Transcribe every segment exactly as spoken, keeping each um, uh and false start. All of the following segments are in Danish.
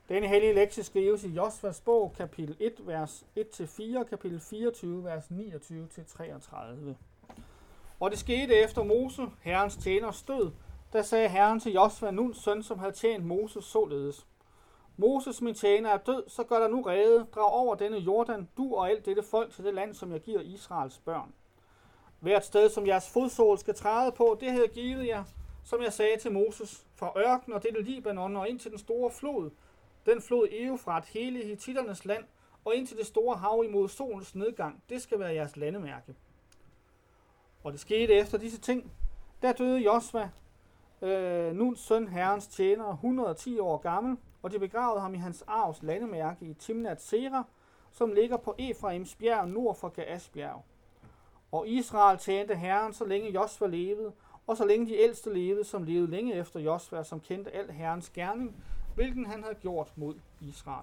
Denne hellige lektie skrives i Josvas bog, kapitel et, vers et til fire, kapitel fireogtyve, vers niogtyve til treogtredive. Og det skete efter Mose, Herrens tjeners død, der sagde Herren til Josva, Nuns søn, som havde tjent Moses, således: Moses, min tjener, er død, så gør der nu rede, drag over denne Jordan, du og alt dette folk til det land, som jeg giver Israels børn. Hvert sted, som jeres fodsål skal træde på, det havde givet jer, som jeg sagde til Moses, fra ørken og dette Libanon og ind til den store flod, den flod Eufrat, hele Hittiternes land, og ind til det store hav imod solens nedgang. Det skal være jeres landemærke. Og det skete efter disse ting. Der døde Josva, øh, Nuns søn, Herrens tjener, et hundrede og ti år gammel, og de begravede ham i hans arvs landemærke i Timnat Sera, som ligger på Efraims bjerg nord for Gaas bjerg. Og Israel tjente Herren, så længe Josva levede, og så længe de ældste levede, som levede længe efter Josva, som kendte al Herrens gerning, hvilken han havde gjort mod Israel.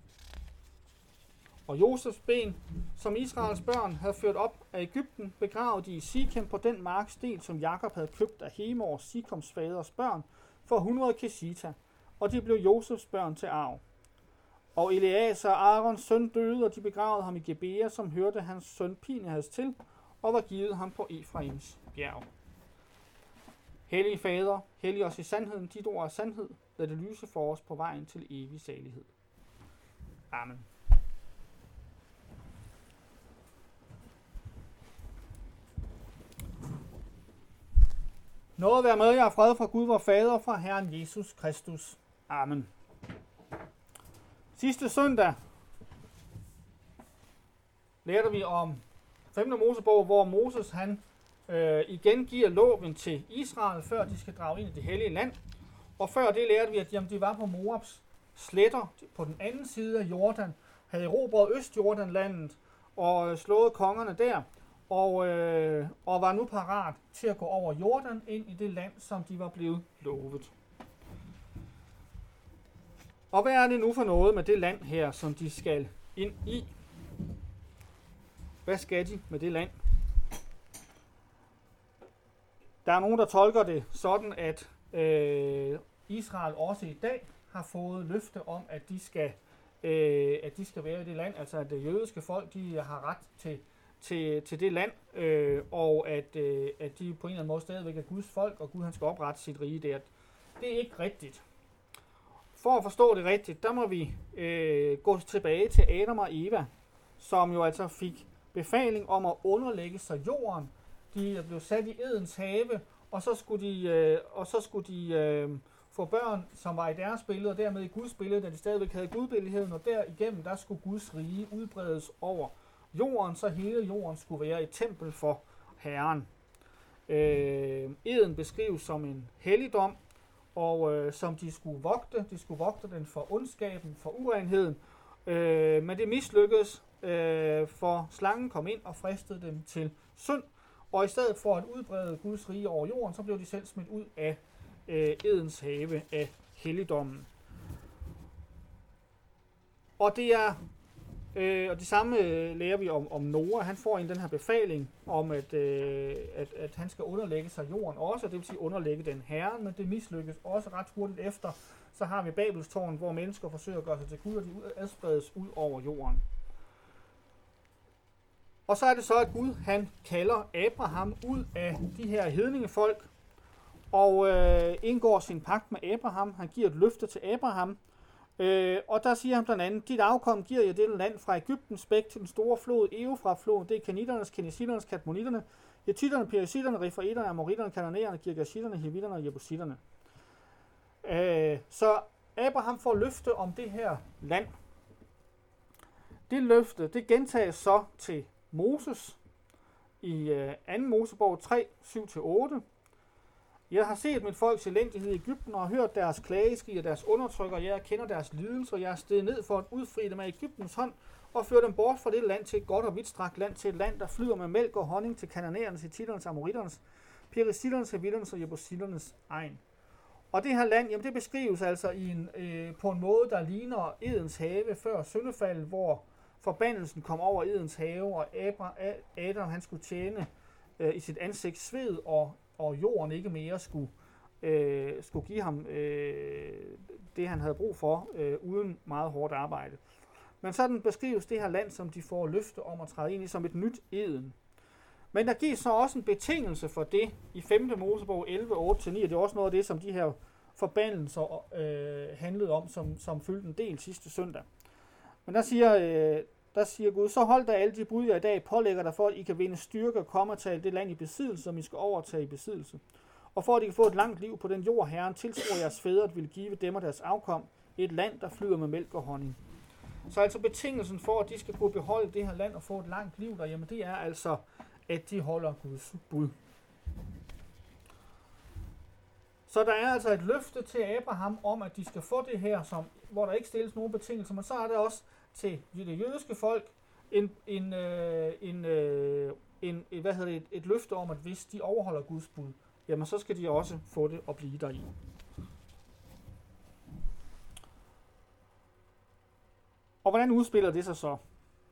Og Josefs ben, som Israels børn havde ført op af Egypten, begravede de i Sikem på den marksdel, som Jakob havde købt af Hemor, Sikoms faders børn, for hundrede kesita, og de blev Josefs børn til arv. Og Eleazar, Aarons søn, døde, og de begravede ham i Gebea, som hørte hans søn Pinehas til, og var givet ham på Efraims bjerg. Hellige fader, hellig os i sandheden, dit ord er sandhed, lad det lyse for os på vejen til evig salighed. Amen. Noget at være med jer, fred fra Gud vor Fader, fra Herren Jesus Kristus. Amen. Sidste søndag lærte vi om femte Mosebog, hvor Moses han øh, igen giver loven til Israel, før de skal drage ind i det hellige land. Og før det lærte vi, at jamen, de var på Moabs sletter på den anden side af Jordan, havde erobret Østjordanlandet og slået kongerne der, og, øh, og var nu parat til at gå over Jordan ind i det land, som de var blevet lovet. Og hvad er det nu for noget med det land her, som de skal ind i? Hvad skal de med det land? Der er nogen, der tolker det sådan, at øh, Israel også i dag har fået løfte om, at de skal, øh, at de skal være i det land, altså at det jødiske folk de har ret til, til, til det land, øh, og at, øh, at de på en eller anden måde stadigvæk er Guds folk, og Gud han skal oprette sit rige der. Det er ikke rigtigt. For at forstå det rigtigt, der må vi øh, gå tilbage til Adam og Eva, som jo altså fik befaling om at underlægge sig jorden. De blev sat i Edens have, og så skulle de, øh, og så skulle de øh, få børn, som var i deres billede, og dermed i Guds billede, da de stadigvæk havde gudbilledigheden, og derigennem der skulle Guds rige udbredes over jorden, så hele jorden skulle være et tempel for Herren. Øh, Eden beskrives som en helligdom, og øh, som de skulle vogte. De skulle vogte den for ondskaben, for urenheden, øh, men det mislykkedes, øh, for slangen kom ind og fristede dem til synd, og i stedet for at udbrede Guds rige over jorden, så blev de selv smidt ud af øh, Edens have, af helligdommen. Og det er øh, og det samme øh, lærer vi om, om Noah. Han får en den her befaling om, at, øh, at, at han skal underlægge sig jorden også, det vil sige underlægge den Herren, men det mislykkes også ret hurtigt efter. Så har vi Babels tårn, hvor mennesker forsøger at gøre sig til Gud, og de adspredes ud over jorden. Og så er det så, at Gud han kalder Abraham ud af de her hedningefolk, og øh, indgår sin pagt med Abraham. Han giver et løfte til Abraham, øh, og der siger han blandt andet, dit afkom giver jeg dette land fra Egyptens bæk til den store flod, Eufrat-floden, det er kanitternes, kenesitternes, kadmonitterne, jetitterne, perisitterne, refaitterne, amoritterne, kananæerne, girgashitterne, hivitterne og jebusitterne. Øh, så Abraham får løfte om det her land. Det løfte, det gentages så til Moses i øh, anden Mosebog tre, syv til otte. Jeg har set mit folks elendighed i Egypten og hørt deres klageskrig og deres undertrykker. Jeg kender deres lidelser. Jeg er steget ned for at udfri dem af Egyptens hånd og føre dem bort fra det land til et godt og vidtstrakt land, til et land, der flyder med mælk og honning, til kananæernes, hititternes, amoritternes, perisitternes, hevitternes og jebusitternes egen. Og det her land, jamen det beskrives altså i en, øh, på en måde, der ligner Edens have før syndefaldet, hvor forbandelsen kom over Edens have, og Adam han skulle tjene øh, i sit ansigt sved, og, og jorden ikke mere skulle, øh, skulle give ham øh, det, han havde brug for, øh, uden meget hårdt arbejde. Men sådan beskrives det her land, som de får løfte om at træde ind i, som et nyt eden. Men der gives så også en betingelse for det i femte Mosebog elleve, otte til ni, og det er også noget af det, som de her forbandelser øh, handlede om, som, som fyldte en del sidste søndag. Men der siger, øh, der siger Gud, så hold da alle de bud, jeg i dag pålægger dig, for at I kan vinde styrke og komme og tage det land i besiddelse, som I skal overtage i besiddelse. Og for at I kan få et langt liv på den jord, Herren tiltror jeres fædre at ville give dem og deres afkom, et land, der flyder med mælk og honning. Så altså betingelsen for, at de skal kunne beholde det her land og få et langt liv derhjemme, det er altså, at de holder Guds bud. Så der er altså et løfte til Abraham om, at de skal få det her, som, hvor der ikke stilles nogen betingelser, men så er der også til det jødiske folk en, en, øh, en, øh, en, hvad hedder det, et, et løfte om, at hvis de overholder Guds bud, jamen så skal de også få det og blive deri. Og hvordan udspiller det sig så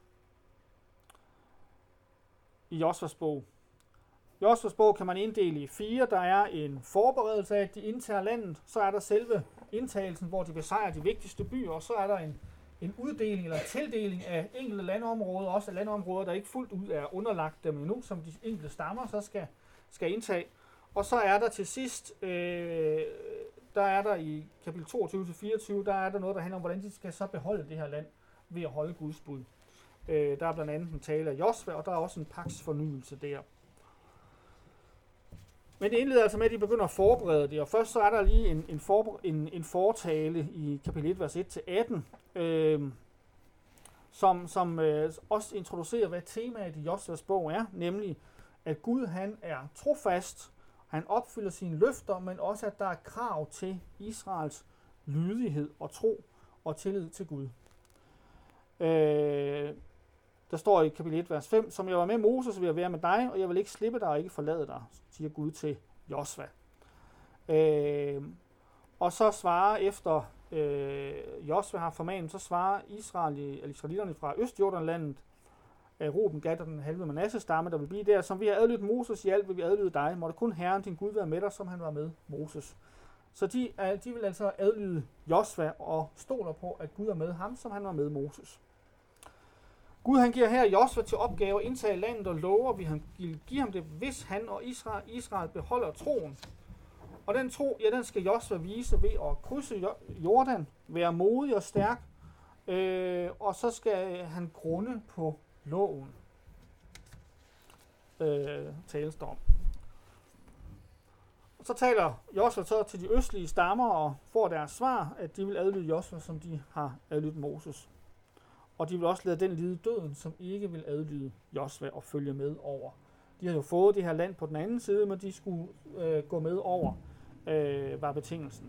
i Josvas bog? Josvas bog kan man inddele i fire. Der er en forberedelse af, at de indtager landet. Så er der selve indtagelsen, hvor de besejrer de vigtigste byer. Og så er der en, en uddeling eller tildeling af enkelte landområder, også af landområder, der ikke fuldt ud er underlagt dem endnu, som de enkelte stammer så skal, skal indtage. Og så er der til sidst, øh, der er der i kapitel toogtyve til fireogtyve, der er der noget, der handler om, hvordan de skal så beholde det her land ved at holde Guds bud. Øh, der er blandt andet en tale af Josva, og der er også en pagtsfornyelse der. Men det indleder altså med, at de begynder at forberede det, og først så er der lige en, en, forber- en, en fortale i kapitel et, vers et til atten, øh, som, som øh, også introducerer, hvad temaet i Josvas bog er, nemlig at Gud han er trofast, han opfylder sine løfter, men også at der er krav til Israels lydighed og tro og tillid til Gud. Øh, der står i kapitel et, vers fem, som jeg var med Moses, vil jeg være med dig, og jeg vil ikke slippe dig og ikke forlade dig, siger Gud til Josva. Øh, og så svarer efter øh, Josva har formanet, så svarer Israel, eller israelitterne fra Østjordanlandet, øh, Ruben, Gad og den halve Manasse stamme, der vil blive der, som vi har adlydt Moses i alt, vil vi adlyde dig. Måtte kun Herren din Gud være med dig, som han var med Moses. Så de, er, de vil altså adlyde Josva og stoler på, at Gud er med ham, som han var med Moses. Gud han giver her Josva til opgave at indtage landet og lover, at han vil give ham det, hvis han og Israel, Israel beholder troen. Og den tro, ja, den skal Josva vise ved at krydse Jordan, være modig og stærk, øh, og så skal han grunde på loven, øh, tales der om. Og så taler Josva så til de østlige stammer og får deres svar, at de vil adlyde Josva, som de har adlydt Moses. Og de vil også lade den lide døden, som ikke vil adlyde Josva og følge med over. De har jo fået det her land på den anden side, men de skulle øh, gå med over, øh, var betingelsen.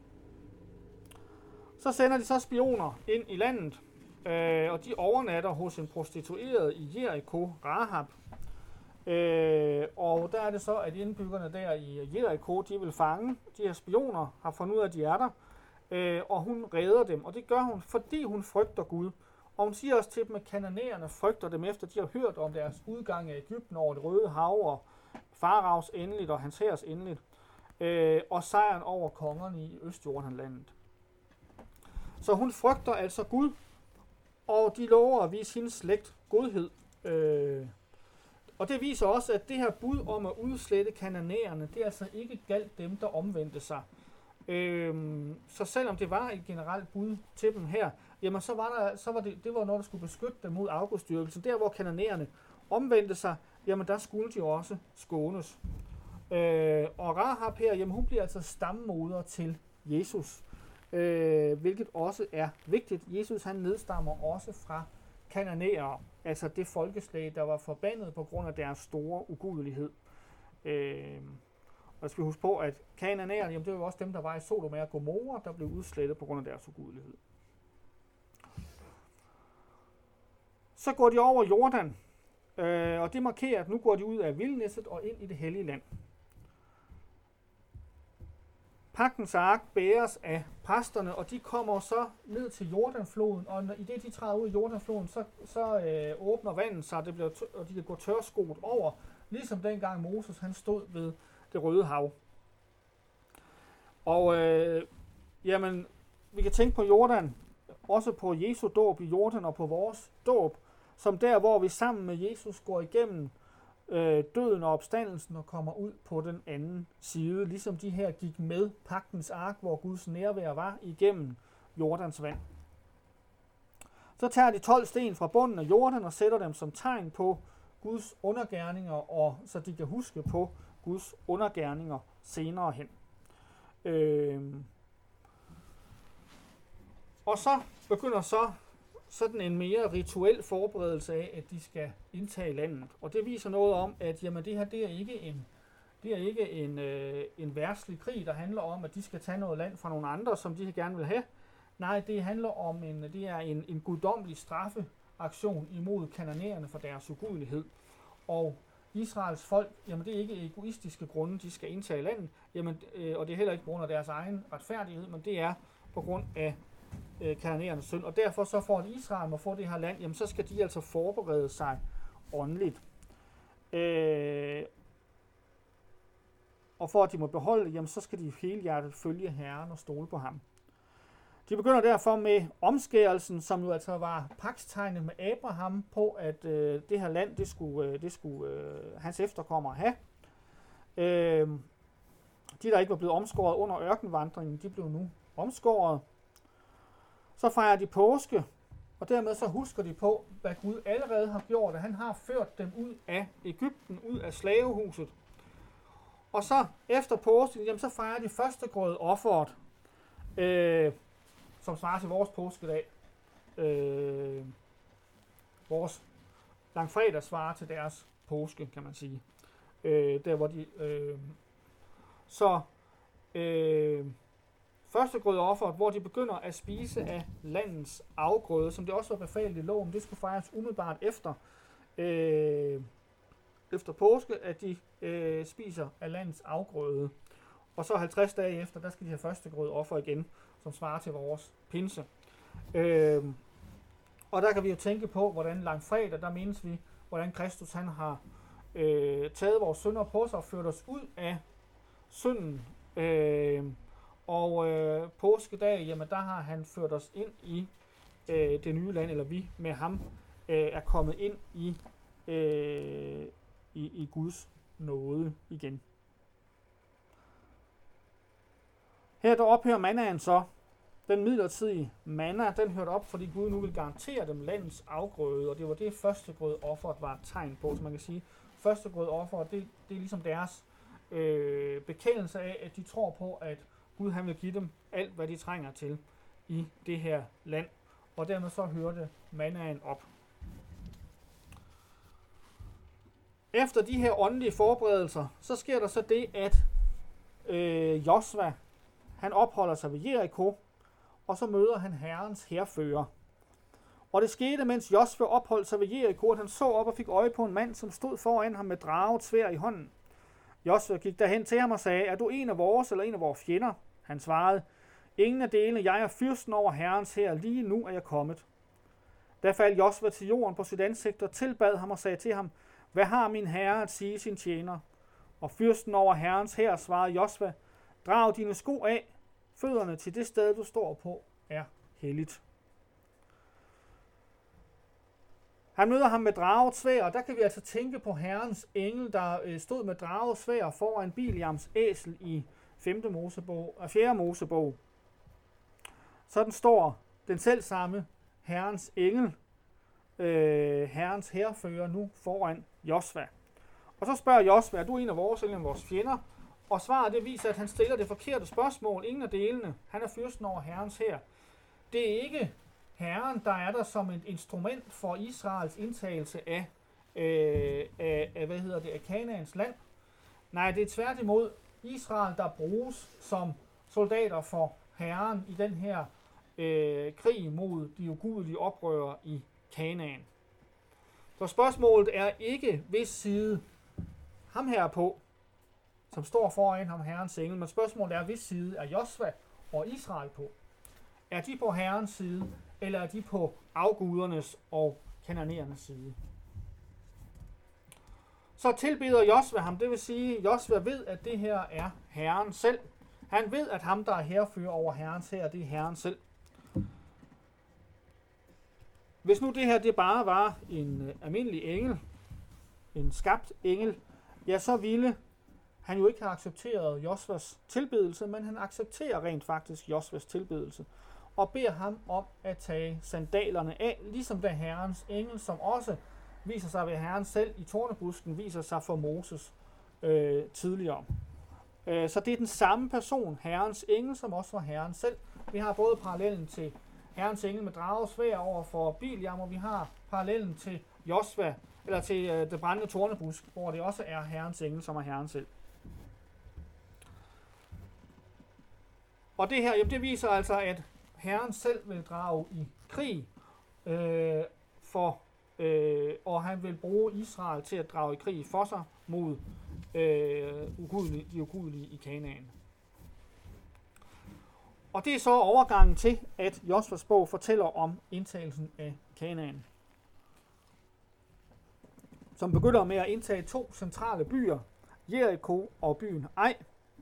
Så sender de så spioner ind i landet, øh, og de overnatter hos en prostitueret i Jericho, Rahab. Øh, og der er det så, at indbyggerne der i Jericho, de vil fange de her spioner, har fundet ud af, at de er der, øh, og hun redder dem. Og det gør hun, fordi hun frygter Gud. Og hun siger også til dem, at kananæerne frygter dem, efter de har hørt om deres udgang af Egypten over det røde hav, og Faraos endeligt og hans hærs endeligt, øh, og sejren over kongerne i Østjordanlandet. Så hun frygter altså Gud, og de lover at vise hendes slægt godhed. Øh, og det viser også, at det her bud om at udslette kananæerne, det er altså ikke galt dem, der omvendte sig. Øh, så selvom det var et generelt bud til dem her, jamen så var, der, så var det, det var noget, der skulle beskytte dem mod afgudstyrkelsen. Der hvor kananæerne omvendte sig, jamen der skulle de også skånes. Øh, og Rahab her, jamen hun bliver altså stammoder til Jesus, øh, hvilket også er vigtigt. Jesus han nedstammer også fra kananæere, altså det folkeslag, der var forbandet på grund af deres store ugudelighed. Øh, og jeg skal huske på, at kananæerne, jamen det var jo også dem, der var i Sodom og Gomorra, der blev udslettet på grund af deres ugudelighed. Så går de over Jordan, øh, og det markerer, at nu går de ud af vildnæsset og ind i det hellige land. Pagtens ark bæres af præsterne, og de kommer så ned til Jordanfloden, og i det de træder ud i Jordanfloden, så, så øh, åbner vandet sig, det bliver tør, og de kan gå tørskoet over, ligesom dengang Moses han stod ved det røde hav. Og øh, jamen, vi kan tænke på Jordan, også på Jesu dåb i Jordan og på vores dåb, som der, hvor vi sammen med Jesus går igennem øh, døden og opstandelsen og kommer ud på den anden side, ligesom de her gik med pagtens ark, hvor Guds nærvær var igennem Jordans vand. Så tager de tolv sten fra bunden af Jordan og sætter dem som tegn på Guds undergerninger, og så de kan huske på Guds undergerninger senere hen. Øh, og så begynder så sådan en mere rituel forberedelse af, at de skal indtage landet. Og det viser noget om, at jamen, det her det er ikke en, det er ikke en, øh, en verdslig krig, der handler om, at de skal tage noget land fra nogle andre, som de gerne vil have. Nej, det handler om en, det er en, en guddommelig straffeaktion imod kananæerne for deres ugudelighed. Og Israels folk, jamen det er ikke egoistiske grunde, de skal indtage landet, jamen, øh, og det er heller ikke på grund af deres egen retfærdighed, men det er på grund af øh, kananæernes synd. Og derfor så for at Israel må få det her land, jamen så skal de altså forberede sig åndeligt. Øh, og for at de må beholde det, jamen så skal de helhjertet følge Herren og stole på ham. De begynder derfor med omskærelsen, som jo altså var pagtstegnet med Abraham på, at øh, det her land, det skulle, øh, det skulle øh, hans efterkommere have. Øh, de, der ikke var blevet omskåret under ørkenvandringen, de blev nu omskåret. Så fejrer de påske, og dermed så husker de på, hvad Gud allerede har gjort, at han har ført dem ud af Egypten, ud af slavehuset. Og så efter påsken, jamen så fejrer de førstegrød offeret, øh, som svarer til vores påskedag. Øh, vores langfredag svarer til deres påske, kan man sige. Øh, der hvor de øh, så øh, førstegrød offeret, hvor de begynder at spise af landets afgrøde, som det også var befalet i loven, det skulle fejres umiddelbart efter øh, efter påske, at de øh, spiser af landets afgrøde. Og så halvtreds dage efter, der skal de have førstegrød offer igen, som svarer til vores pinse. Øh, og der kan vi jo tænke på, hvordan langfredag, der mindes vi, hvordan Kristus han har øh, taget vores synder på sig og ført os ud af synden. Øh, og øh, påskedag, jamen der har han ført os ind i øh, det nye land, eller vi med ham øh, er kommet ind i, øh, i, i Guds nåde igen. Her der ophører mannaen så. Den midlertidige manna, den hørte op, fordi Gud nu vil garantere dem landets afgrøde, og det var det førstegrød offeret var et tegn på. Så man kan sige, førstegrød offeret, det, det er ligesom deres øh, bekendelse af, at de tror på, at Gud han vil give dem alt, hvad de trænger til i det her land. Og dermed så hørte mannaen op. Efter de her åndelige forberedelser, så sker der så det, at øh, Josva, han opholder sig ved Jeriko, og så møder han Herrens hærfører. Og det skete, mens Josva opholdt sig ved Jeriko, at han så op og fik øje på en mand, som stod foran ham med draget sværd i hånden. Josva gik derhen til ham og sagde, er du en af vores eller en af vores fjender? Han svarede, ingen af delene, jeg er fyrsten over Herrens hær, lige nu er jeg kommet. Da faldt Josva til jorden på sit ansigt og tilbad ham og sagde til ham, hvad har min herre at sige sin tjener? Og fyrsten over Herrens hær svarede Josva, drag dine sko af, fødderne til det sted, du står på, er helligt. Han møder ham med draget sværd, og der kan vi altså tænke på Herrens engel, der stod med draget sværd foran Biliams æsel i femte Mosebog, og fjerde Mosebog. Sådan står den selvsamme Herrens engel, øh, Herrens hærfører nu foran Josva. Og så spørger Josva, er du en af vores eller en af vores fjender? Og svaret det viser, at han stiller det forkerte spørgsmål. Ingen af delene. Han er fyrsten over Herrens hær. Det er ikke Herren, der er der som et instrument for Israels indtagelse af, øh, af, af hvad hedder det, af Kanaans land. Nej, det er tværtimod Israel, der bruges som soldater for Herren i den her øh, krig mod de ugudelige oprørere i Kanaan. Så spørgsmålet er ikke, hvis side ham her på, som står foran ham Herrens engel, men spørgsmålet er, hvis side er Josva og Israel på? Er de på Herrens side, eller er de på afgudernes og kananæernes side? Så tilbeder Josva ham, det vil sige, Josva ved, at det her er Herren selv. Han ved, at ham, der er herrefører over herrens hær, det er Herren selv. Hvis nu det her det bare var en uh, almindelig engel, en skabt engel, ja, så ville han jo ikke have accepteret Josvas tilbedelse, men han accepterer rent faktisk Josvas tilbedelse og beder ham om at tage sandalerne af, ligesom da Herrens engel, som også viser sig ved Herren selv i tornebusken, viser sig for Moses øh, tidligere. Øh, så det er den samme person, Herrens engel, som også var Herren selv. Vi har både parallellen til Herrens engel med dragesværd over for Biliam, og vi har parallellen til Josva, eller til øh, det brændende tornebusk, hvor det også er Herrens engel, som er Herren selv. Og det her, jamen det viser altså, at Herren selv vil drage i krig, øh, for, øh, og han vil bruge Israel til at drage i krig for sig mod øh, ugudelige, de ugudelige i Kanaan. Og det er så overgangen til, at Josvas bog fortæller om indtagelsen af Kanaan, som begynder med at indtage to centrale byer, Jeriko og byen Ai.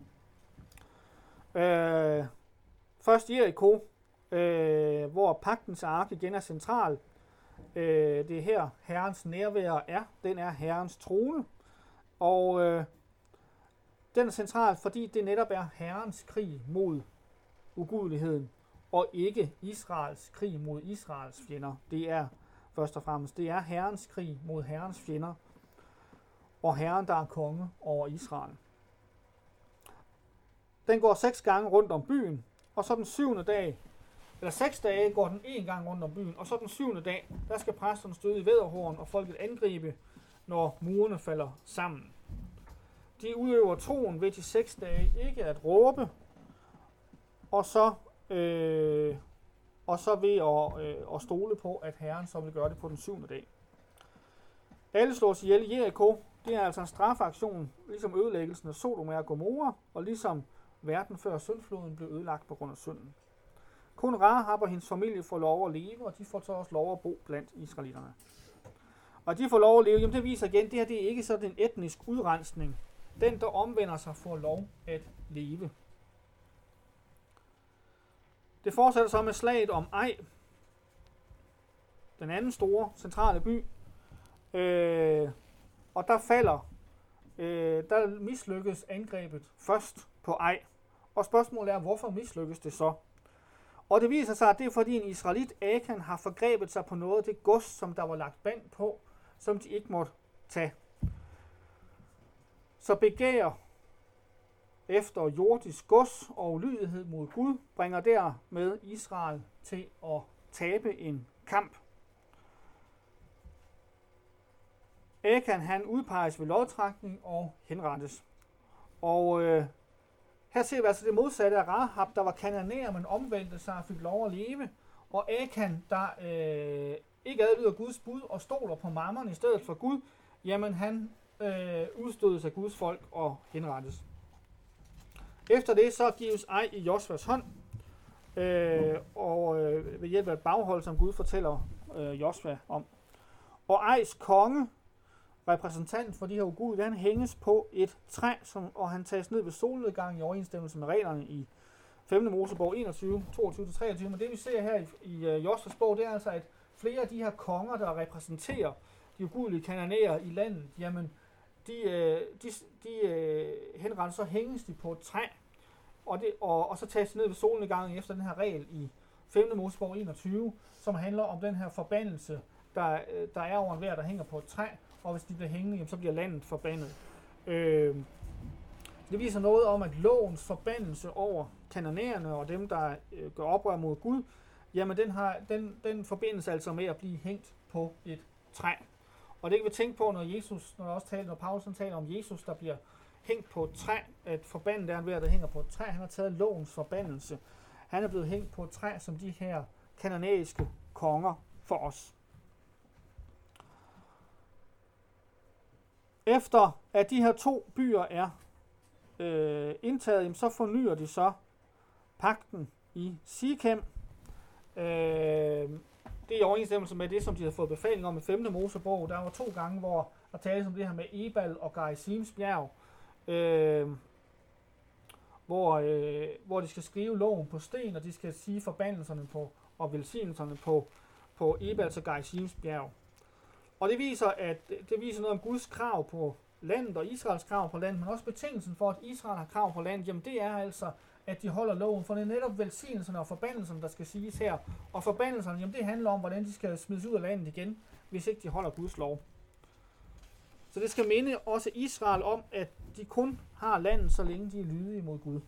Øh, først Jeriko, øh, hvor pagtens ark igen er central. Øh, det er her Herrens nærvær er. Den er Herrens trone. Og øh, den er central, fordi det netop er Herrens krig mod ugudeligheden, og ikke Israels krig mod Israels fjender. Det er først og fremmest, det er Herrens krig mod Herrens fjender, og Herren, der er konge over Israel. Den går seks gange rundt om byen, og så den syvende dag, eller seks dage går den en gang rundt om byen, og så den syvende dag, der skal præsterne støde i vædderhorn, og folket angribe, når murene falder sammen. De udøver troen ved de seks dage ikke at råbe, og så, øh, og så ved at, øh, at stole på, at Herren så vil gøre det på den syvende dag. Alle slås ihjel i Jeriko. Det er altså en strafaktion, ligesom ødelæggelsen af Sodom og Gomorra, og ligesom verden før syndfloden blev ødelagt på grund af synden. Kun Rahab og hendes familie får lov at leve, og de får så også lov at bo blandt israelitterne. Og de får lov at leve, jamen det viser igen, det her det er ikke sådan en etnisk udrensning. Den, der omvender sig, får lov at leve. Det fortsætter så med slaget om Ai, den anden store centrale by. Øh, og der falder, øh, der mislykkes angrebet først på Ai. Og spørgsmålet er, hvorfor mislykkes det så? Og det viser sig, at det er fordi en israelit, Akan, har forgrebet sig på noget af det gods, som der var lagt band på, som de ikke måtte tage. Så begær efter jordisk gods og ulydighed mod Gud, bringer dermed Israel til at tabe en kamp. Akan han udpeges ved lodtrækning og henrettes. Og øh, her ser vi altså det modsatte af Rahab, der var kananæer, men omvendte sig og fik lov at leve. Og Akan, der øh, ikke adlyder Guds bud og stoler på mammon i stedet for Gud, jamen han øh, udstødes af Guds folk og henrettes. Efter det så gives Ai i Josvas hånd, øh, og øh, ved hjælp af et baghold, som Gud fortæller øh, Josva om. Og Ais konge, repræsentant for de her ugudelige, han hænges på et træ, som, og han tages ned ved solnedgang i overensstemmelse med reglerne i femte Mosebog enogtyve, toogtyve til treogtyve. Men det vi ser her i, i uh, Josvas bog, det er altså, at flere af de her konger, der repræsenterer de ugudelige kananæer i landet, jamen de, øh, de, de øh, henretter, så hænges de på et træ, og, det, og, og så tages de ned ved solnedgangen efter den her regel i femte Mosebog enogtyve, som handler om den her forbandelse, der, der er over enhver, der hænger på et træ, og hvis de bliver hængende, jamen, så bliver landet forbandet. Øh, det viser noget om, at lovens forbandelse over kananæerne og dem, der øh, gør oprør mod Gud, jamen den, har, den, den forbindes altså med at blive hængt på et træ. Og det kan vi tænke på, når Jesus, når, også taler, når Paulus taler om Jesus, der bliver hængt på et træ, at forbandet er enhver, der hænger på et træ. Han har taget lovens forbandelse. Han er blevet hængt på et træ, som de her kananæiske konger for os. Efter at de her to byer er øh, indtaget, så fornyer de så pagten i Sikem. Øh, det er i overensstemmelse med det, som de har fået befaling om i femte Mosebog. Der var to gange, hvor der tales om det her med Ebal og Gerizims bjerg. Øh, hvor, øh, hvor de skal skrive loven på sten, og de skal sige forbandelserne på, og velsignelserne på, på Ebal til Gerizims bjerg. Og det viser, at det viser noget om Guds krav på landet og Israels krav på landet, men også betingelsen for, at Israel har krav på landet, jamen det er altså, at de holder loven, for det er netop velsignelserne og forbandelserne, der skal siges her. Og forbandelserne, jamen det handler om, hvordan de skal smides ud af landet igen, hvis ikke de holder Guds lov. Så det skal minde også Israel om, at de kun har landet, så længe de er lydige mod Gud.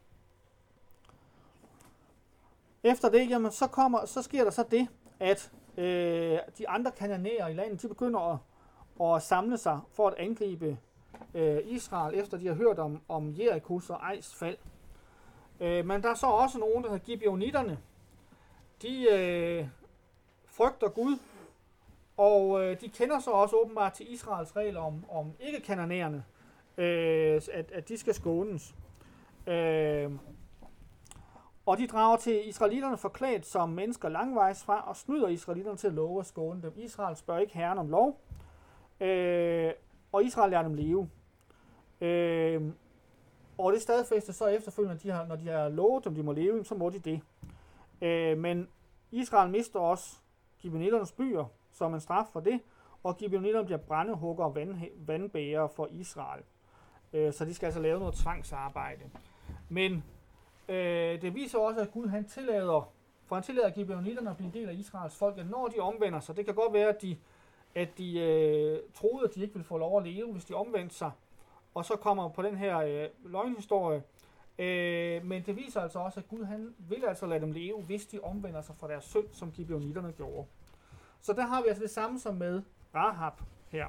Efter det, jamen så, kommer, så sker der så det, at øh, de andre kananæer i landet, de begynder at, at samle sig for at angribe øh, Israel, efter de har hørt om, om Jerikos og Ejs fald. Øh, men der er så også nogen, der hedder Gibeonitterne. De øh, frygter Gud, og øh, de kender så også åbenbart til Israels regler om, om ikke-kananæerne, øh, at, at de skal skånes. Øh, og de drager til israelitterne forklædt som mennesker langvejs fra, og snyder israelitterne til at love at skåne dem. Israel spørger ikke herren om lov, øh, og Israel lader dem leve. Øh, og det stadfæster så efterfølgende, de har, når de har lovet dem, de må leve, så må de det. Øh, men Israel mister også Gibeonitternes byer som en straf for det, og Gibeonitterne bliver brændehugger og vand, vandbærere for Israel. Øh, så de skal altså lave noget tvangsarbejde. Men øh, det viser også, at Gud han tillader, for han tillader Gibeonitterne at blive en del af Israels folk, at når de omvender sig, det kan godt være, at de, at de øh, troede, at de ikke ville få lov at leve, hvis de omvendte sig, og så kommer på den her øh, løgnhistorie. Øh, men det viser altså også, at Gud han vil altså lade dem leve, hvis de omvender sig fra deres synd, som Gibeonitterne gjorde. Så der har vi altså det samme som med Rahab her.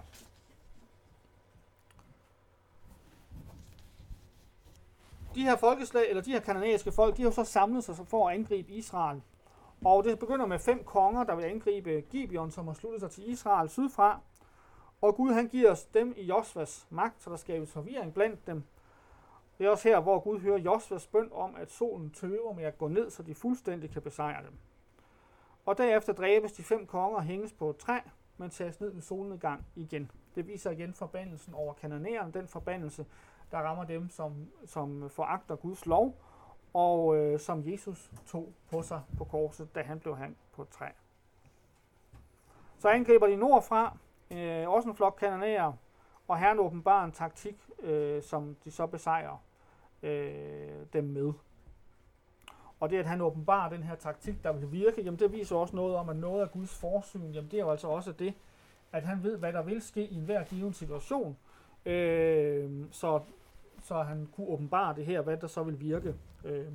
De her folkeslag, eller de her kananæiske folk, de har så samlet sig for at angribe Israel. Og det begynder med fem konger, der vil angribe Gibeon, som har sluttet sig til Israel sydfra. Og Gud han giver os dem i Josvas magt, så der skabes forvirring blandt dem. Det er også her, hvor Gud hører Josvas bøn om, at solen tøver med at gå ned, så de fuldstændig kan besejre dem. Og derefter dræbes de fem konger og hænges på et træ, men tages ned ved solnedgang igen. Det viser igen forbandelsen over kananæerne, den forbandelse, der rammer dem, som, som foragter Guds lov, og øh, som Jesus tog på sig på korset, da han blev hængt på et træ. Så angriber de nordfra, øh, også en flok kananæer, og Herren åbenbarer en taktik, øh, som de så besejrer øh, dem med. Og det, at han åbenbarer den her taktik, der vil virke, jamen det viser også noget om, at noget af Guds forsyn, jamen det er jo altså også det, at han ved, hvad der vil ske i enhver given situation, øh, så, så han kunne åbenbare det her, hvad der så vil virke. Øh.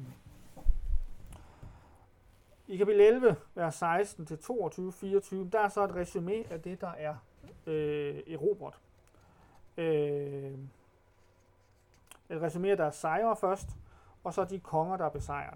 I kapitel elleve, vers seksten til toogtyve fireogtyve, der er så et resumé af det, der er øh, erobret. Øh, et resumé af deres sejre først, og så de konger, der er besejret.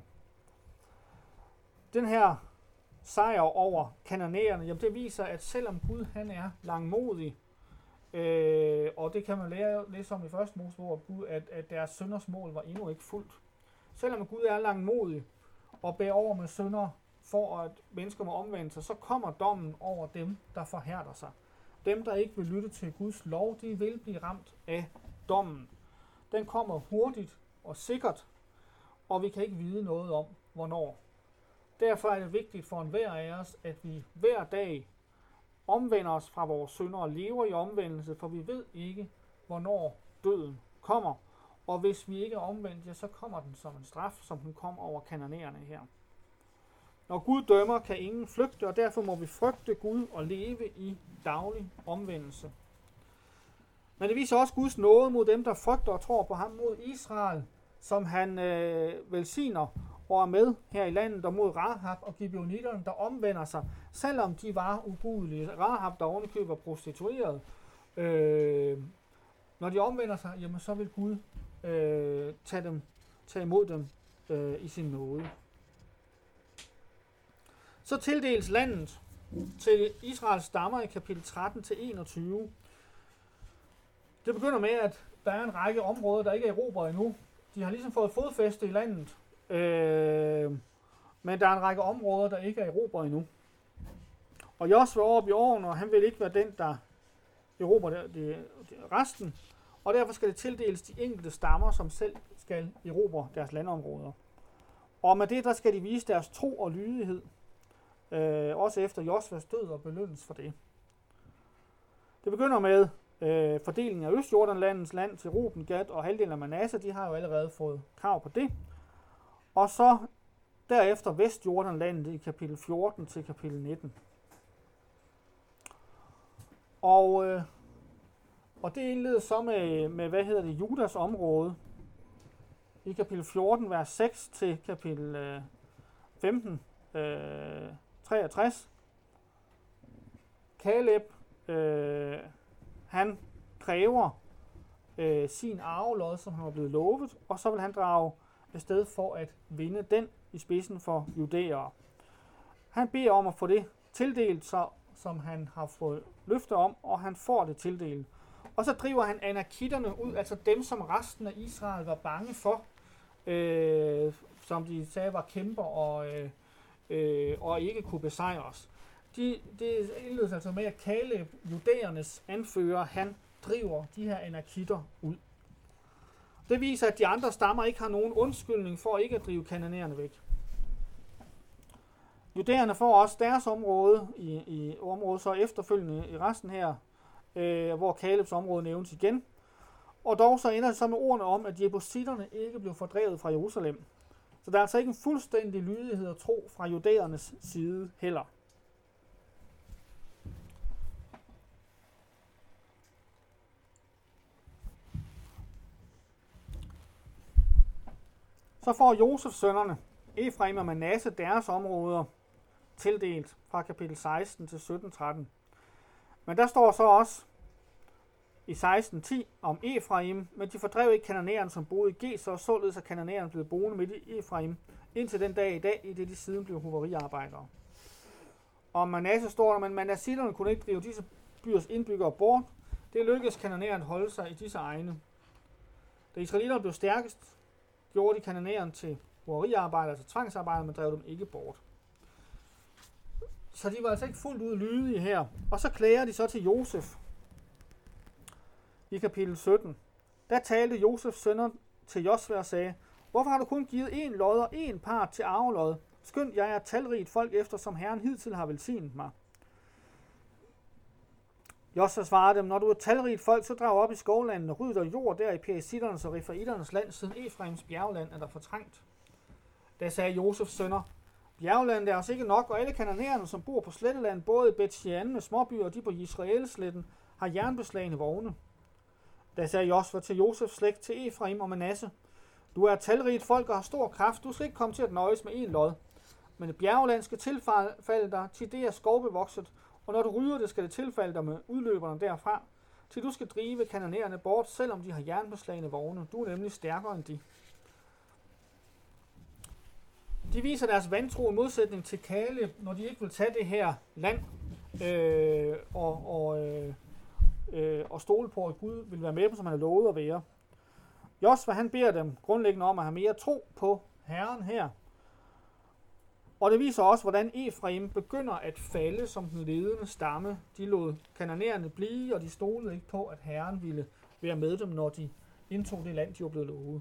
Den her sejr over kananæerne, jamen det viser, at selvom Gud han er langmodig, øh, og det kan man lære, læse om i første Mosebog, at, at deres synders mål var endnu ikke fuldt. Selvom Gud er langmodig og bærer over med synder for at mennesker må omvende sig, så kommer dommen over dem, der forhærder sig. Dem, der ikke vil lytte til Guds lov, de vil blive ramt af dommen. Den kommer hurtigt og sikkert, og vi kan ikke vide noget om, hvornår. Derfor er det vigtigt for enhver af os, at vi hver dag omvender os fra vores synder og lever i omvendelse, for vi ved ikke, hvornår døden kommer. Og hvis vi ikke er omvendt, ja, så kommer den som en straf, som den kom over kananæerne her. Når Gud dømmer, kan ingen flygte, og derfor må vi frygte Gud og leve i daglig omvendelse. Men det viser også Guds nåde mod dem, der frygter og tror på ham, mod Israel, som han øh, velsigner og er med her i landet, og mod Rahab og Gibeonitterne, der omvender sig, selvom de var ugudelige. Rahab, der ovenikøbet var prostitueret. Øh, når de omvender sig, jamen så vil Gud øh, tage, dem, tage imod dem øh, i sin nåde. Så tildeles landet til Israels stammer i kapitel tretten til enogtyve. Det begynder med, at der er en række områder, der ikke er erobret endnu. De har ligesom fået fodfæste i landet, øh, men der er en række områder, der ikke er erobret endnu. Og Josva var oppe i årene, og han vil ikke være den, der erobrer det, det, det, resten. og derfor skal det tildeles de enkelte stammer, som selv skal erobre deres landområder. Og med det, der skal de vise deres tro og lydighed, øh, også efter Josvas død og belønnes for det. Det begynder med øh, fordelingen af Østjordanlandets land til Ruben, Gad og halvdelen af Manasse. De har jo allerede fået krav på det. Og så derefter Vestjordanlandet i kapitel fjorten til kapitel nitten. Og, øh, og det indledes så med, med, hvad hedder det, Judas område. I kapitel fjorten, vers seks til kapitel øh, femten, øh, treogtres. Kaleb, øh, han kræver øh, sin arvelod, som han var blevet lovet, og så vil han drage afsted for at vinde den i spidsen for judæere. Han beder om at få det tildelt, så, som han har fået løfte om, og han får det tildelt. Og så driver han anakitterne ud, altså dem, som resten af Israel var bange for, øh, som de sagde var kæmper og, øh, øh, og ikke kunne besejres. De, det indledes altså med, at Kaleb, judæernes anfører, han driver de her anakitter ud. Det viser, at de andre stammer ikke har nogen undskyldning for ikke at drive kananæerne væk. Judæerne får også deres område i, i området så efterfølgende i resten her, øh, hvor Kalebs område nævnes igen. Og dog så ender det så med ordene om, at jebusitterne ikke blev fordrevet fra Jerusalem. Så der er altså ikke en fuldstændig lydighed og tro fra judæernes side heller. Så får Josefs sønnerne, Efraim og Manasse, deres områder tildelt fra kapitel seksten til sytten tretten. Men der står så også i seksten ti om Efraim, men de fordrev ikke kananæerne, som boede i Geser, og således er kananæerne blevet boende midt i Efraim, indtil den dag i dag, i det de siden blev hoveriarbejdere. Og Manasse står der, men manassitterne kunne ikke drive disse byers indbyggere bort. Det lykkedes kananæerne at holde sig i disse egne. Da israelitterne blev stærkest, gjorde de kananæerne til hoveriarbejdere, altså tvangsarbejdere, men drev dem ikke bort. Så de var altså ikke fuldt ud lydige her. Og så klager de så til Josef i kapitel sytten. Der talte Josefs sønner til Josva og sagde, hvorfor har du kun givet én lod og én part til arvelod? Skønt jeg er talrigt folk efter, som Herren hidtil har velsignet mig. Josva svarede dem, når du er talrigt folk, så drag op i skovlandet og ryd der jord der i perisitternes og refaiternes land, siden Efraims bjergland er der fortrængt. Da sagde Josefs sønner, bjerglandet er os ikke nok, og alle kananæerne, som bor på sletteland, både i Bet-Shean med småbyer og de på Israelsletten, har jernbeslagne vogne. Da sagde Josva til Josefs slægt til Efraim og Manasse, du er talrigt folk og har stor kraft, du skal ikke komme til at nøjes med en lod. Men et bjergland skal tilfalde dig, til det er skovbevokset, og når du ryger det, skal det tilfalde dig med udløberne derfra, til du skal drive kananæerne bort, selvom de har jernbeslagne vogne. Du er nemlig stærkere end de. De viser deres vantro i modsætning til Kaleb, når de ikke vil tage det her land øh, og, og, øh, øh, og stole på, at Gud vil være med dem, som han har lovet at være. Josva, han beder dem grundlæggende om at have mere tro på Herren her. Og det viser også, hvordan Efraim begynder at falde som den ledende stamme. De lod kananæerne blive, og de stolede ikke på, at Herren ville være med dem, når de indtog det land, de var blevet lovet.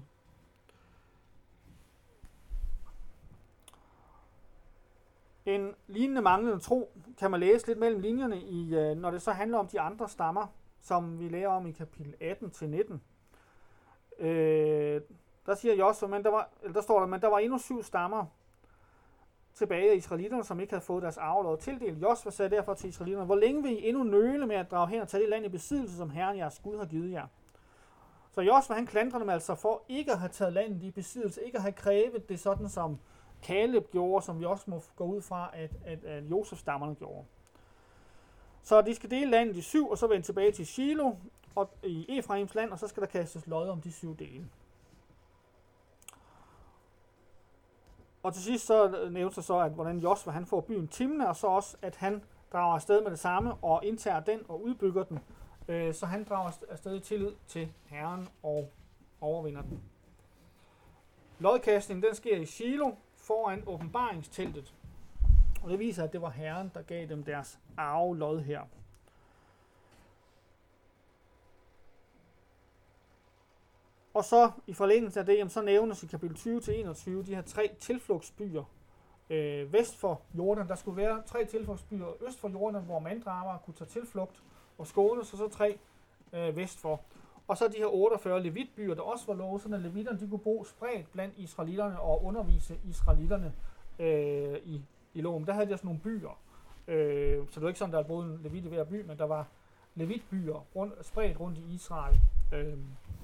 En lignende manglende tro kan man læse lidt mellem linjerne, i, når det så handler om de andre stammer, som vi lærer om i kapitel atten til nitten. Øh, der siger Josva, men der var, eller der står der, men der var endnu syv stammer tilbage af israelitterne, som ikke havde fået deres arvelod tildelt. Josva sagde derfor til israelitterne, hvor længe vil I endnu nøle med at drage hen og tage det land i besiddelse, som Herren jeres Gud har givet jer? Så Josva, han klandrer dem altså for ikke at have taget landet i besiddelse, ikke at have krævet det sådan, som Kaleb gjorde, som vi også må gå ud fra, at, at, at Josefs stammerne gjorde. Så de skal dele landet i syv, og så vende tilbage til Shiloh og i Efraims land, og så skal der kastes lod om de syv dele. Og til sidst så nævnes der så, at hvordan Josva han får byen Timna, og så også, at han drager afsted med det samme og indtager den og udbygger den. Øh, så han drager afsted i tillid til Herren og overvinder den. Lodkastningen den sker i Shiloh foran åbenbaringsteltet. Og det viser, at det var Herren, der gav dem deres arvelod her. Og så i forlængelse af det, jamen, så nævnes i kapitel tyve til enogtyve de her tre tilflugtsbyer øh, vest for Jordan. Der skulle være tre tilflugtsbyer øst for Jordan, hvor manddrabere kunne tage tilflugt og skånes, og så tre øh, vest for. Og så de her otteogfyrre levitbyer, der også var lovet, sådan at levitterne de kunne bo spredt blandt israelitterne og undervise israelitterne øh, i, i loven. Der havde de sådan nogle byer. Øh, så det var ikke sådan, der var både en levit i hver by, men der var levitbyer rundt, spredt rundt i Israel. Øh.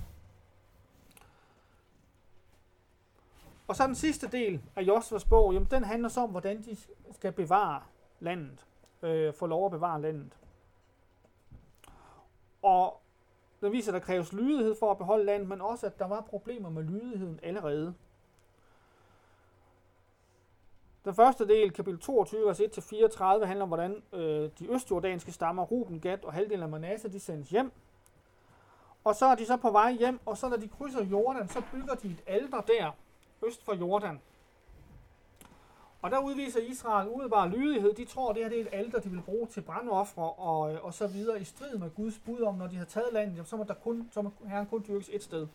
Og så den sidste del af Josvas bog, jamen, den handler så om, hvordan de skal bevare landet. Øh, få lov at bevare landet. Og den viser, at der kræves lydighed for at beholde landet, men også, at der var problemer med lydigheden allerede. Den første del, kapitel toogtyve, vers et til fireogtredive, handler om, hvordan øh, de østjordanske stammer, Ruben, Gad og halvdelen af Manasse, de sendes hjem. Og så er de så på vej hjem, og så når de krydser Jordan, så bygger de et alter der, øst for Jordan. Og der udviser Israel umiddelbar lydighed. De tror, det her det er et alter, de vil bruge til brandofre og, og så videre, i strid med Guds bud om, når de har taget landet, så må, der kun, så må Herren kun dyrkes et sted.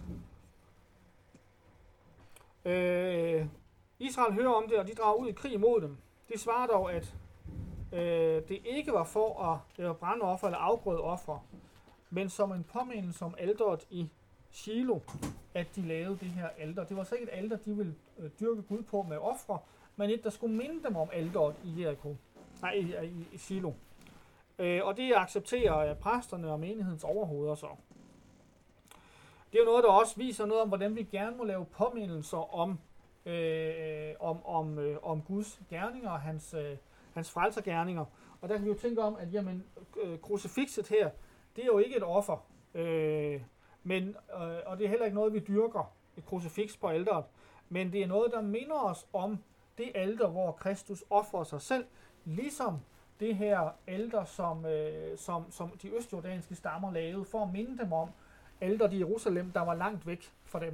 Øh, Israel hører om det, og de drager ud i krig mod dem. De svarer dog, at øh, det ikke var for at det var brandoffer eller afgrødeoffer, men som en påmindelse om alteret i Shilo, at de lavede det her alter. Det var så ikke et alter, de ville øh, dyrke Gud på med ofre, men et, der skulle minde dem om alteret i Jericho. Nej, i, i, i Shilo. Øh, og det accepterer præsterne og menighedens overhoveder så. Det er jo noget, der også viser noget om, hvordan vi gerne må lave påmindelser om, øh, om, om, øh, om Guds gerninger og hans, øh, hans frelsergerninger. Og der kan vi jo tænke om, at jamen, øh, krucifixet her, det er jo ikke et offer. Øh, men, øh, og det er heller ikke noget, vi dyrker, et krucifix på alteret. Men det er noget, der minder os om det alter, hvor Kristus offrer sig selv, ligesom det her alter, som, øh, som, som de østjordanske stammer lavede, for at minde dem om alteret i Jerusalem, der var langt væk fra dem.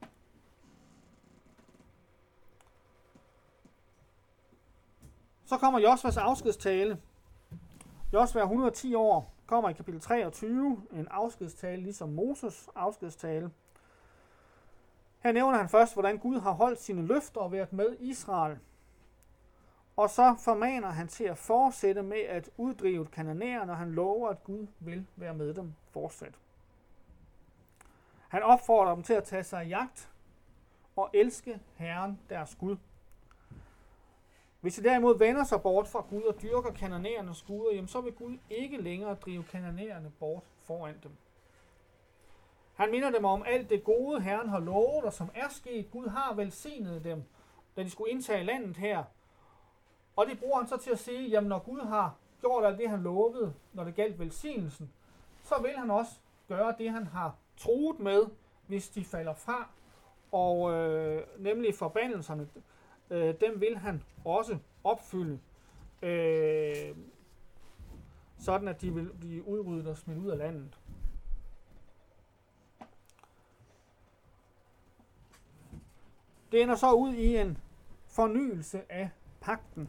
Så kommer Josvas afskedstale. Josva er et hundrede og ti år, kommer i kapitel treogtyve, en afskedstale, ligesom Moses afskedstale. Her nævner han først, hvordan Gud har holdt sine løfter og været med Israel. Og så formaner han til at fortsætte med at uddrive kananæerne, og han lover, at Gud vil være med dem fortsat. Han opfordrer dem til at tage sig i jagt og elske Herren deres Gud. Hvis de derimod vender sig bort fra Gud og dyrker kananæernes guder, jamen så vil Gud ikke længere drive kananæerne bort foran dem. Han minder dem om alt det gode, Herren har lovet, og som er sket. Gud har velsignet dem, da de skulle indtage landet her. Og det bruger han så til at sige, jamen når Gud har gjort alt det, han lovede, når det galt velsignelsen, så vil han også gøre det, han har truet med, hvis de falder fra. Og øh, nemlig forbandelserne, øh, dem vil han også opfylde, øh, sådan at de vil blive udryddet og smidt ud af landet. Det ender så ud i en fornyelse af pagten.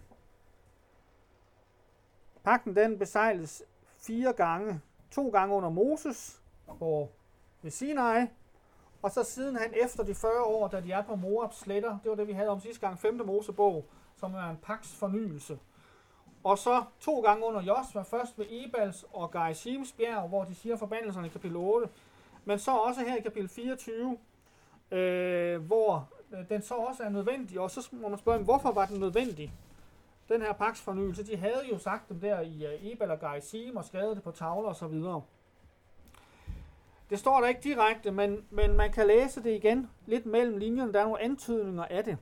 Pagten den besejles fire gange. To gange under Moses på ved Sinai, og så siden han efter de fyrre år, da de er på Moabs sletter, det var det vi havde om sidste gang, femte Mosebog, som er en pagtsfornyelse. Og så to gange under Josva, først ved Ebals og Gerizzims bjerg, hvor de siger forbandelserne i kapitel otte, men så også her i kapitel fireogtyve, øh, hvor den så også er nødvendig, og så må man spørge, hvorfor var den nødvendig? Den her pagtsfornyelse, de havde jo sagt dem der i Ebal og Gerizzim og skrevet det på tavler og så videre. Det står der ikke direkte, men, men man kan læse det igen lidt mellem linjerne. Der er nogle antydninger af det.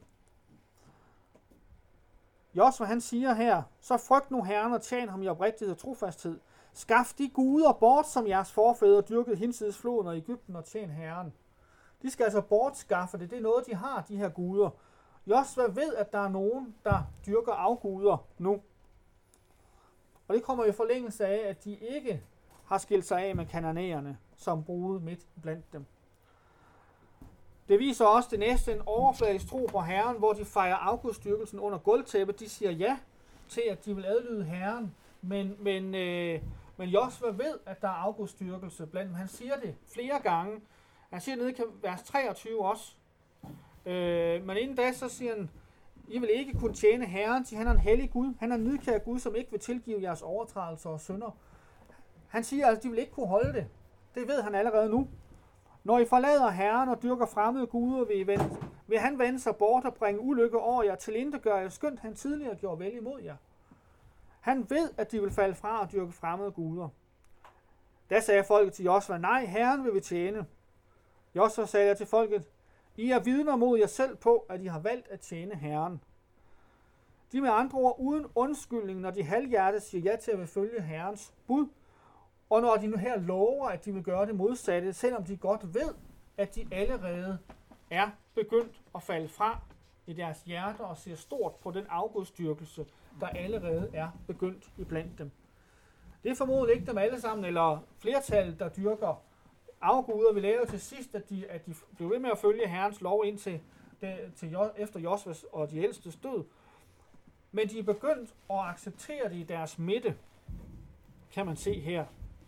Josva han siger her, så frygt nu Herren og tjen ham i oprigtighed og trofasthed. Skaf de guder bort, som jeres forfædre dyrkede hinsides floden og Egypten, og tjen Herren. De skal altså bortskaffe det. Det er noget, de har, de her guder. Josva ved, at der er nogen, der dyrker afguder nu. Og det kommer i forlængelse af, at de ikke har skilt sig af med kananæerne, som boede midt blandt dem. Det viser også det næste en overfladisk tro på Herren, hvor de fejrer afgudstyrkelsen under gulvtæppet. De siger ja til, at de vil adlyde Herren, men, men, øh, men Josva ved, at der er afgudstyrkelse blandt dem. Han siger det flere gange, Han siger nede i vers treogtyve også. Øh, men inden da, så siger han, I vil ikke kunne tjene Herren, til han er en hellig Gud. Han er en nidkær Gud, som ikke vil tilgive jeres overtrædelser og synder. Han siger altså, at de vil ikke kunne holde det. Det ved han allerede nu. Når I forlader Herren og dyrker fremmede guder, vil, I vende, vil han vende sig bort og bringe ulykke over jer, til ikke gør jer, skønt han tidligere gjorde vel imod jer. Han ved, at de vil falde fra og dyrke fremmede guder. Da sagde folket til Josva, nej, Herren vil vi tjene. Josva sagde til folket, I er vidner mod jer selv på, at I har valgt at tjene Herren. De med andre ord uden undskyldning, når de halvhjertet siger ja til at følge Herrens bud, og når de nu her lover, at de vil gøre det modsatte, selvom de godt ved, at de allerede er begyndt at falde fra i deres hjerter og ser stort på den afgudstyrkelse, der allerede er begyndt iblandt dem. Det er formodentlig ikke dem alle sammen, eller flertallet, der dyrker afguder. Vi lærer til sidst, at de, at de blev ved med at følge Herrens lov indtil det, til, efter Josvas og de ældstes død. Men de er begyndt at acceptere det i deres midte, kan man se her.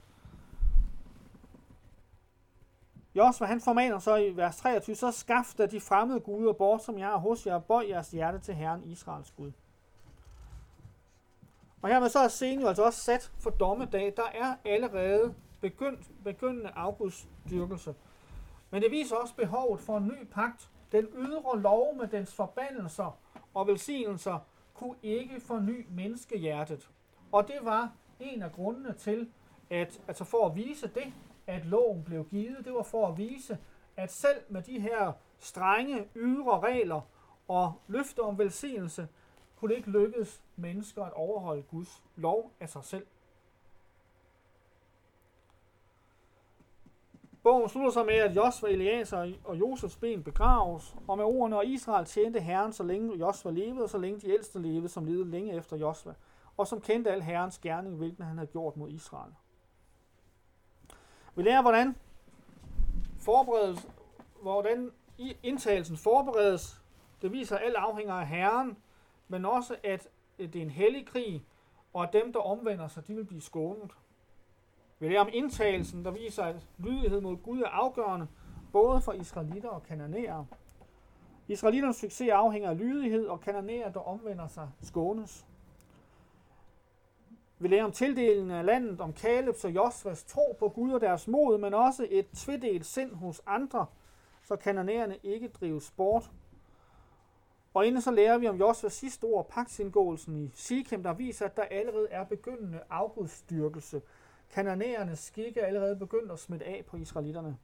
Josva, han formaner så i vers treogtyve, så skaf da de fremmede guder bort, som jeg har hos jer, og bøj jeres hjerte til Herren Israels Gud. Og hermed så er scenen jo altså også sat for dommedag. Der er allerede begyndt, begyndende afgudsdyrkelse. Men det viser også behovet for en ny pagt. Den ydre lov med dens forbandelser og velsignelser kunne ikke forny menneskehjertet. Og det var en af grundene til, at altså for at vise det, at loven blev givet, det var for at vise, at selv med de her strenge ydre regler og løfter om velsignelse, kunne det ikke lykkes mennesker at overholde Guds lov af sig selv. Bogen slutter sig med, at Josva, Eleazar og Josefs ben begraves, og med ordene, og Israel tjente Herren, så længe Josva levede, og så længe de ældste levede, som levede længe efter Josva, og som kendte al Herrens gerning, hvilken han havde gjort mod Israel. Vi lærer, hvordan forberedes, hvordan indtagelsen forberedes. Det viser, at alt afhænger af Herren, men også, at det er en hellig krig, og at dem, der omvender sig, de vil blive skånet. Vi lærer om indtagelsen, der viser, at lydighed mod Gud er afgørende, både for israelitter og kananæer. Israelitternes succes afhænger af lydighed, og kananæer, der omvender sig, skånes. Vi lærer om tildelingen af landet, om Kalebs og Josvas tro på Gud og deres mod, men også et tvedelt sind hos andre, så kananæerne ikke drives bort. Og inden så lærer vi om Josvas sidste ord, pagtsindgåelsen i Sikem, der viser, at der allerede er begyndende afgudsdyrkelse. Kananæernes skikke er allerede begyndt at smitte af på israelitterne.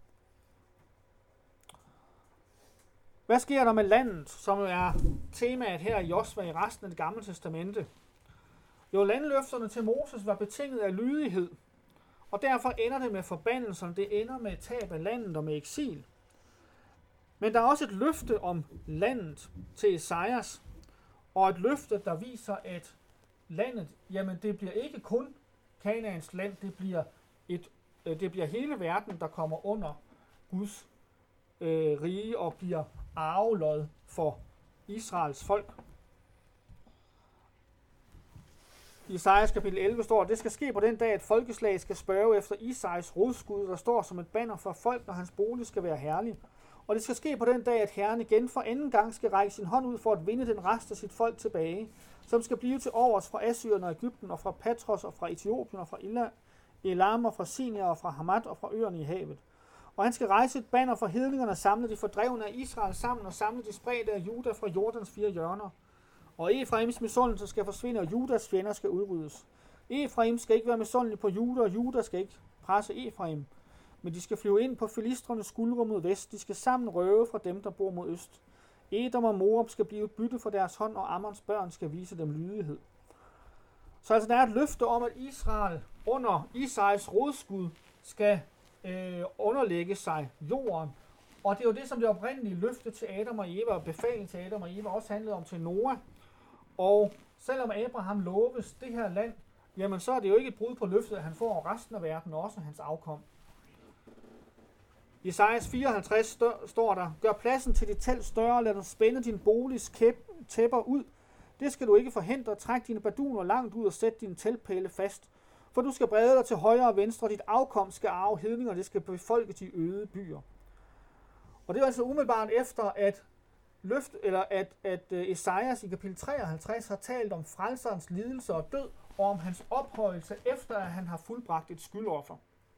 Hvad sker der med landet, som er temaet her i Josva i resten af det gamle testamente? Jo, landløfterne til Moses var betinget af lydighed, og derfor ender det med forbandelserne. Det ender med tab af landet og med eksil. Men der er også et løfte om landet til Esajas, og et løfte, der viser, at landet, jamen det bliver ikke kun Kanaans land, det bliver, et, det bliver hele verden, der kommer under Guds øh, rige og bliver arvelod for Israels folk. I Esajas kapitel elleve står, at det skal ske på den dag, at folkeslag skal spørge efter Isais rodskud, der står som et banner for folk, når hans bolig skal være herlig. Og det skal ske på den dag, at Herren igen for anden gang skal række sin hånd ud for at vinde den rest af sit folk tilbage, som skal blive til overs fra Assyrien og Egypten, og fra Patros og fra Etiopien og fra Elam og fra Sinai og fra Hamat og fra øerne i havet. Og han skal rejse et banner for hedningerne og samle de fordrevne af Israel sammen og samle de spredte af Juda fra Jordans fire hjørner. Og Efraims misundelse skal forsvinde, og Judas fjender skal udryddes. Efraim skal ikke være misundelig på Juda, og Juda skal ikke presse Efraim. Men de skal flyve ind på filistrenes skuldre mod vest. De skal sammen røve fra dem, der bor mod øst. Edom og Moab skal blive et bytte for deres hånd, og Ammons børn skal vise dem lydighed. Så altså der er et løfte om, at Israel under Isais rodskud skal øh, underlægge sig jorden. Og det er jo det, som det oprindelige løfte til Adam og Eva, og befaling til Adam og Eva, også handlede om til Noah. Og selvom Abraham loves det her land, jamen så er det jo ikke et brud på løftet, at han får resten af verden, og også hans afkom. I Esajas fireoghalvtreds står der, gør pladsen til dit telt større, lad dig spænde din boligs kæp, tæpper ud. Det skal du ikke forhindre, træk dine baduner langt ud og sæt dine teltpæle fast. For du skal brede dig til højre og venstre, og dit afkom skal arve hedninger, og det skal befolke de øde byer. Og det er altså umiddelbart efter, at løft, eller at, at Esajas i kapitel treoghalvtreds har talt om frelserens lidelse og død, og om hans ophøjelse, efter at han har fuldbragt et skyldoffer.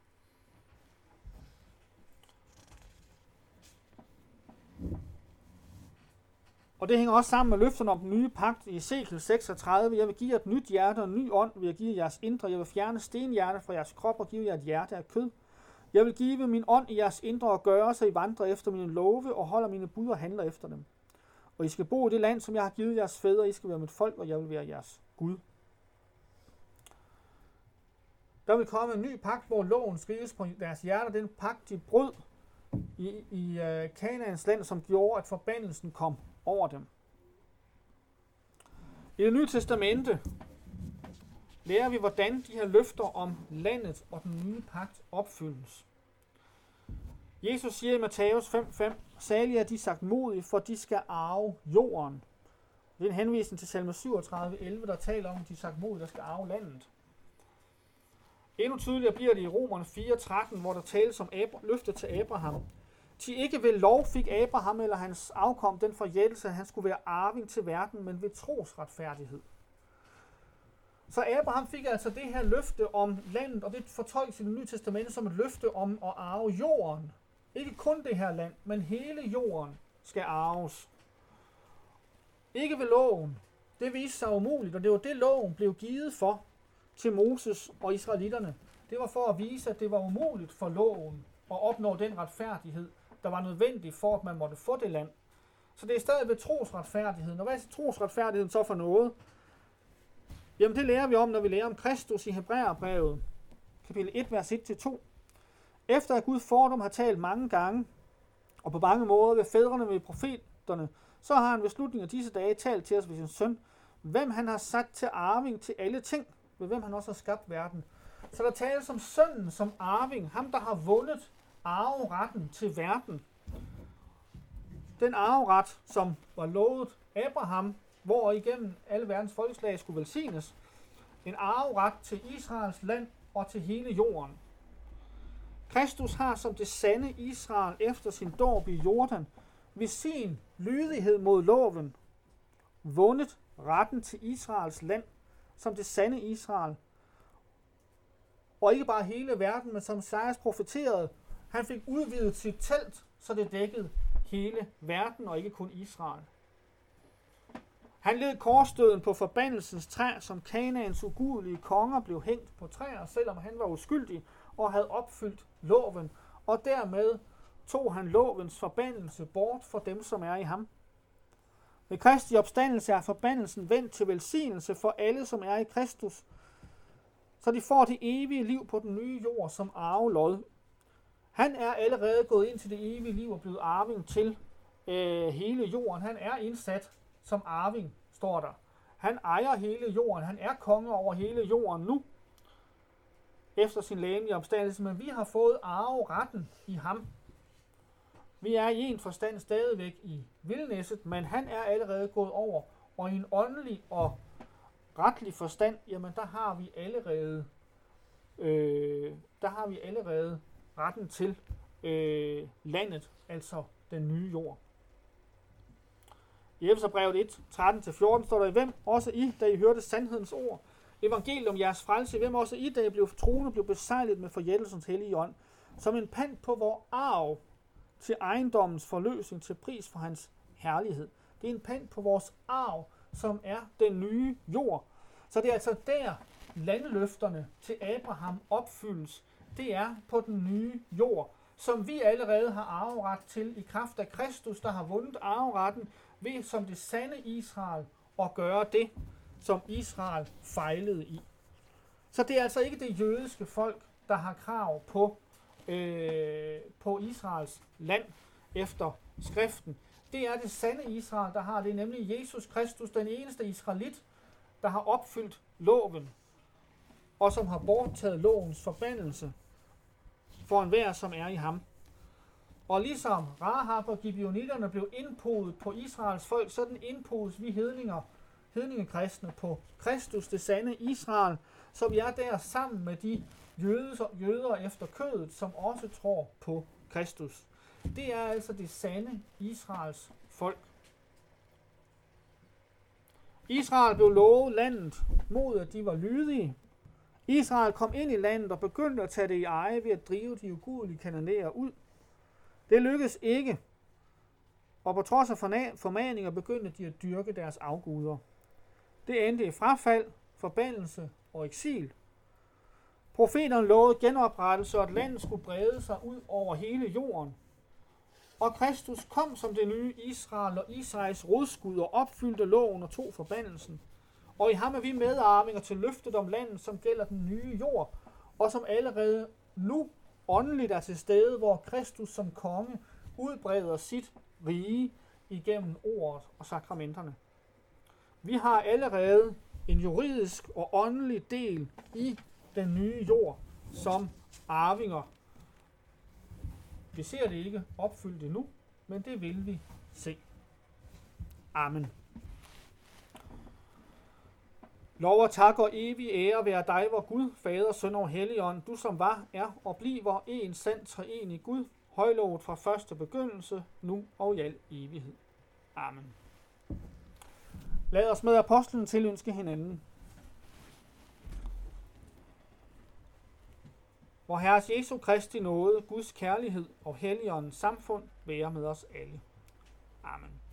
Og det hænger også sammen med løfterne om den nye pagt i Esekiel seksogtredive. Jeg vil give jer et nyt hjerte og en ny ånd, vil jeg give jeres indre. Jeg vil fjerne stenhjertet fra jeres krop og give jer et hjerte af kød. Jeg vil give min ånd i jeres indre og gøre, så I vandrer efter mine love og holder mine bud og handler efter dem. Og I skal bo i det land, som jeg har givet jeres fædre. I skal være mit folk, og jeg vil være jeres Gud. Der vil komme en ny pagt, hvor loven skrives på deres hjerter. Den pagt, de brød i, i uh, Kanaans land, som gjorde, at forbandelsen kom over dem. I Det Nye Testamente lærer vi, hvordan de her løfter om landet og den nye pagt opfyldes. Jesus siger i Matthæus fem fem, salige er de sagtmodige, for de skal arve jorden. Det er en henvisning til salme syvogtredive elleve, der taler om de sagtmodige, der skal arve landet. Endnu tydeligere bliver det i Romerne fire tretten, hvor der tales om Abra- løftet til Abraham. Til ikke ved lov fik Abraham eller hans afkom den forjættelse, at han skulle være arving til verden, men ved trosretfærdighed. Så Abraham fik altså det her løfte om landet, og det fortolkes i Det Nye Testamente som et løfte om at arve jorden. Ikke kun det her land, men hele jorden skal arves. Ikke ved loven. Det viste sig umuligt, og det var det, loven blev givet for til Moses og israelitterne. Det var for at vise, at det var umuligt for loven at opnå den retfærdighed, der var nødvendig for, at man måtte få det land. Så det er stadig ved trosretfærdigheden. Og hvad er trosretfærdigheden så for noget? Jamen det lærer vi om, når vi lærer om Kristus i Hebræerbrevet, kapitel et, vers et til to. Efter at Gud fordom har talt mange gange, og på mange måder ved fædrene ved profeterne, så har han ved slutningen af disse dage talt til os ved sin søn, hvem han har sat til arving til alle ting, ved hvem han også har skabt verden. Så der tales om sønnen som arving, ham der har vundet arveretten til verden. Den arveret, som var lovet Abraham, hvor igennem alle verdens folkeslag skulle velsignes, en arveret til Israels land og til hele jorden. Kristus har som det sande Israel efter sin dåb i Jordan ved sin lydighed mod loven vundet retten til Israels land som det sande Israel. Og ikke bare hele verden, men som Esajas profeterede, han fik udvidet sit telt, så det dækkede hele verden og ikke kun Israel. Han led korsdøden på forbandelsens træ, som Kanaans ugudelige konger blev hængt på træer, selvom han var uskyldig og havde opfyldt loven, og dermed tog han lovens forbandelse bort for dem, som er i ham. Ved Kristi opstandelse er forbandelsen vendt til velsignelse for alle, som er i Kristus, så de får det evige liv på den nye jord som arvelod. Han er allerede gået ind til det evige liv og blevet arving til øh, hele jorden. Han er indsat som arving, står der. Han ejer hele jorden. Han er konge over hele jorden nu, efter sin legemlige opstandelse, men vi har fået arveretten i ham. Vi er i en forstand stadigvæk i vildnæsset, men han er allerede gået over, og i en åndelig og retlig forstand, jamen der har vi allerede, øh, der har vi allerede retten til øh, landet, altså den nye jord. I Efeserbrevet et, tretten til fjorten står der, i hvem også I, da I hørte sandhedens ord, evangeliet om jeres frelse, i hvem også I, da I blev troende, blev besejlet med forjættelsens hellige ånd, som en pant på vor arv til ejendommens forløsning til pris for hans herlighed. Det er en pant på vores arv, som er den nye jord. Så det er altså der, landeløfterne til Abraham opfyldes. Det er på den nye jord, som vi allerede har arveret til i kraft af Kristus, der har vundet arveretten ved som det sande Israel at gøre det, som Israel fejlede i. Så det er altså ikke det jødiske folk, der har krav på, øh, på Israels land efter skriften. Det er det sande Israel, der har det, nemlig Jesus Kristus, den eneste israelit, der har opfyldt loven, og som har borttaget lovens forbandelse for enhver, som er i ham. Og ligesom Rahab og Gibeonitterne blev indpodet på Israels folk, sådan indpodes vi hedninger, hedningekristne på Kristus, det sande Israel, så vi er der sammen med de jøder, jøder efter kødet, som også tror på Kristus. Det er altså det sande Israels folk. Israel blev lovet landet mod, at de var lydige. Israel kom ind i landet og begyndte at tage det i eje ved at drive de ugudelige kananæer ud. Det lykkedes ikke, og på trods af formaninger begyndte de at dyrke deres afguder. Det endte i frafald, forbandelse og eksil. Profeterne lovede genoprettelse, og at landet skulle brede sig ud over hele jorden. Og Kristus kom som det nye Israel og Israels rodskud og opfyldte loven og tog forbandelsen. Og i ham er vi medarvinger til løftet om landet, som gælder den nye jord, og som allerede nu åndeligt er til stede, hvor Kristus som konge udbreder sit rige igennem ordet og sakramenterne. Vi har allerede en juridisk og åndelig del i den nye jord som arvinger. Vi ser det ikke opfyldt endnu, men det vil vi se. Amen. Lov og tak og evig ære være dig, vor Gud, Fader, Søn og Helligånd, du som var, er og bliver en sand treenig Gud, højlovet fra første begyndelse, nu og i al evighed. Amen. Lad os med apostlen tilønske hinanden. Vor Herres Jesu Kristi nåde, Guds kærlighed og Helligåndens samfund være med os alle. Amen.